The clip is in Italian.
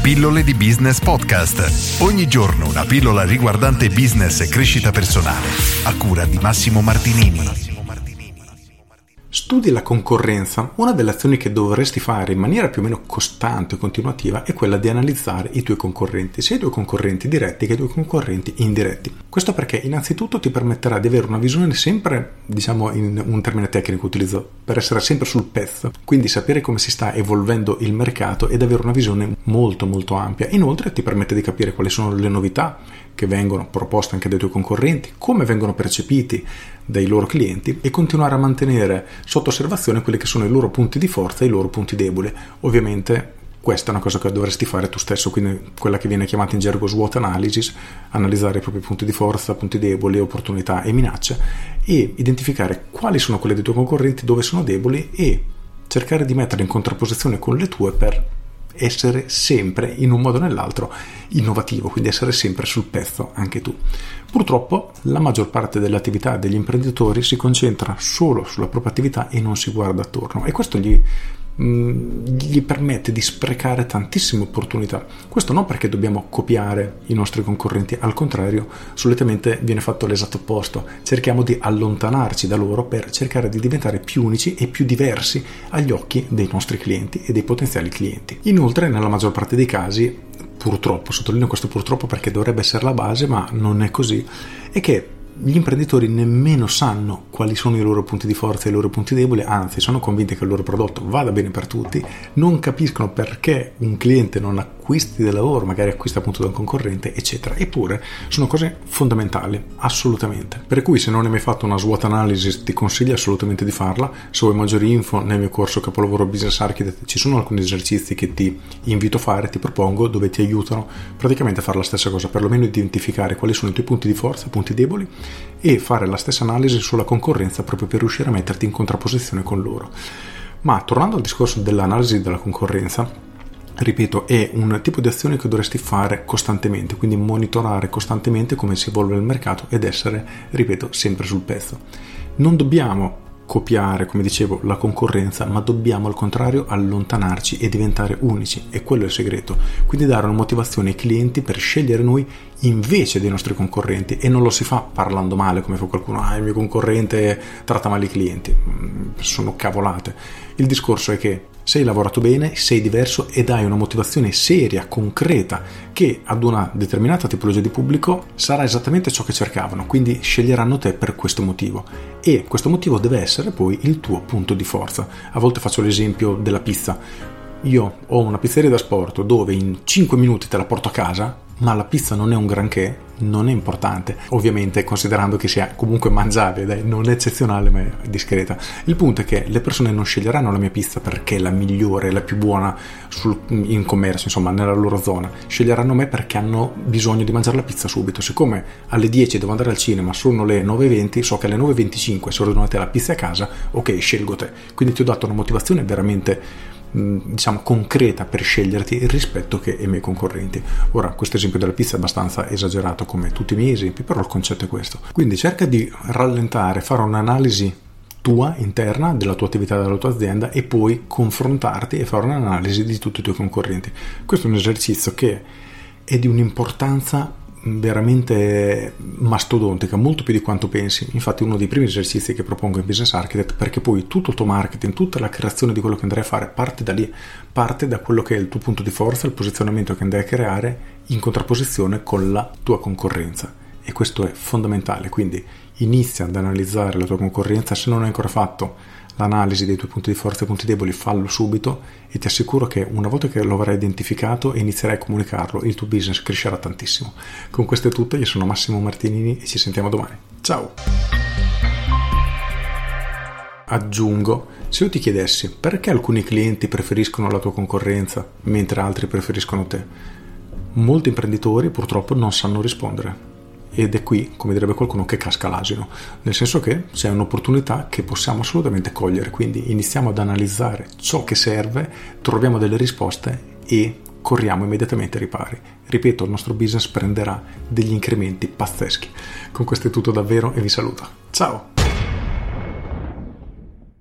Pillole di Business Podcast. Ogni giorno una pillola riguardante business e crescita personale. A cura di Massimo Martinini. Studi la concorrenza. Una delle azioni che dovresti fare in maniera più o meno costante e continuativa è quella di analizzare i tuoi concorrenti, sia i tuoi concorrenti diretti che i tuoi concorrenti indiretti. Questo perché innanzitutto ti permetterà di avere una visione sempre, in un termine tecnico utilizzo, per essere sempre sul pezzo, quindi sapere come si sta evolvendo il mercato ed avere una visione molto molto ampia. Inoltre ti permette di capire quali sono le novità che vengono proposte anche dai tuoi concorrenti, come vengono percepiti dai loro clienti e continuare a mantenere sotto osservazione quelli che sono i loro punti di forza e i loro punti deboli. Ovviamente questa è una cosa che dovresti fare tu stesso, quindi quella che viene chiamata in gergo SWOT analysis, analizzare i propri punti di forza, punti deboli, opportunità e minacce e identificare quali sono quelle dei tuoi concorrenti, dove sono deboli e cercare di metterle in contrapposizione con le tue per essere sempre in un modo o nell'altro innovativo, quindi essere sempre sul pezzo anche tu. Purtroppo la maggior parte dell'attività degli imprenditori si concentra solo sulla propria attività e non si guarda attorno, e questo gli permette di sprecare tantissime opportunità. Questo non perché dobbiamo copiare i nostri concorrenti, al contrario, solitamente viene fatto l'esatto opposto. Cerchiamo di allontanarci da loro per cercare di diventare più unici e più diversi agli occhi dei nostri clienti e dei potenziali clienti. Inoltre, nella maggior parte dei casi, purtroppo, sottolineo questo purtroppo perché dovrebbe essere la base, ma non è così, è che gli imprenditori nemmeno sanno quali sono i loro punti di forza e i loro punti deboli, anzi sono convinti che il loro prodotto vada bene per tutti, non capiscono perché un cliente non acquisti da lavoro, magari acquista appunto da un concorrente, eccetera. Eppure sono cose fondamentali, assolutamente. Per cui se non hai mai fatto una SWOT analysis ti consiglio assolutamente di farla. Se vuoi maggiori info, nel mio corso Capolavoro Business Architect ci sono alcuni esercizi che ti invito a fare, ti propongo, dove ti aiutano praticamente a fare la stessa cosa, perlomeno identificare quali sono i tuoi punti di forza, punti deboli, e fare la stessa analisi sulla concorrenza proprio per riuscire a metterti in contrapposizione con loro. Ma tornando al discorso dell'analisi della concorrenza, ripeto, è un tipo di azione che dovresti fare costantemente, quindi monitorare costantemente come si evolve il mercato ed essere, ripeto, sempre sul pezzo. Non dobbiamo copiare, come dicevo, la concorrenza, ma dobbiamo al contrario allontanarci e diventare unici, e quello è il segreto. Quindi dare una motivazione ai clienti per scegliere noi invece dei nostri concorrenti, e non lo si fa parlando male come fa qualcuno: il mio concorrente tratta male i clienti. Sono cavolate. Il discorso è che se hai lavorato bene, sei diverso e dai una motivazione seria, concreta, che ad una determinata tipologia di pubblico sarà esattamente ciò che cercavano, quindi sceglieranno te per questo motivo, e questo motivo deve essere poi il tuo punto di forza. A volte faccio l'esempio della pizza. Io ho una pizzeria da sport dove in 5 minuti te la porto a casa, ma la pizza non è un granché, non è importante, ovviamente considerando che sia comunque mangiabile, non è eccezionale ma è discreta. Il punto è che le persone non sceglieranno la mia pizza perché è la migliore, la più buona in commercio, insomma nella loro zona. Sceglieranno me perché hanno bisogno di mangiare la pizza subito. Siccome alle 10 devo andare al cinema, sono le 9:20, so che alle 9:25 se ordino a te la pizza a casa, ok, scelgo te. Quindi ti ho dato una motivazione veramente concreta per sceglierti rispetto che ai miei concorrenti. Ora, questo esempio della pizza è abbastanza esagerato come tutti i miei esempi, però il concetto è questo. Quindi cerca di rallentare, fare un'analisi tua interna della tua attività, della tua azienda, e poi confrontarti e fare un'analisi di tutti i tuoi concorrenti. Questo è un esercizio che è di un'importanza veramente mastodontica, molto più di quanto pensi. Infatti uno dei primi esercizi che propongo in Business Architect, perché poi tutto il tuo marketing, tutta la creazione di quello che andrai a fare parte da lì, parte da quello che è il tuo punto di forza, il posizionamento che andrai a creare in contrapposizione con la tua concorrenza, e questo è fondamentale. Quindi inizia ad analizzare la tua concorrenza. Se non hai ancora fatto l'analisi dei tuoi punti di forza e punti deboli, fallo subito, e ti assicuro che una volta che lo avrai identificato e inizierai a comunicarlo, il tuo business crescerà tantissimo. Con questo è tutto, io sono Massimo Martinini e ci sentiamo domani. Ciao! Aggiungo, se io ti chiedessi perché alcuni clienti preferiscono la tua concorrenza mentre altri preferiscono te, molti imprenditori purtroppo non sanno rispondere. Ed è qui, come direbbe qualcuno, che casca l'asino, nel senso che c'è un'opportunità che possiamo assolutamente cogliere. Quindi iniziamo ad analizzare ciò che serve, troviamo delle risposte e corriamo immediatamente ai ripari. Ripeto, il nostro business prenderà degli incrementi pazzeschi. Con questo è tutto davvero e vi saluto. Ciao!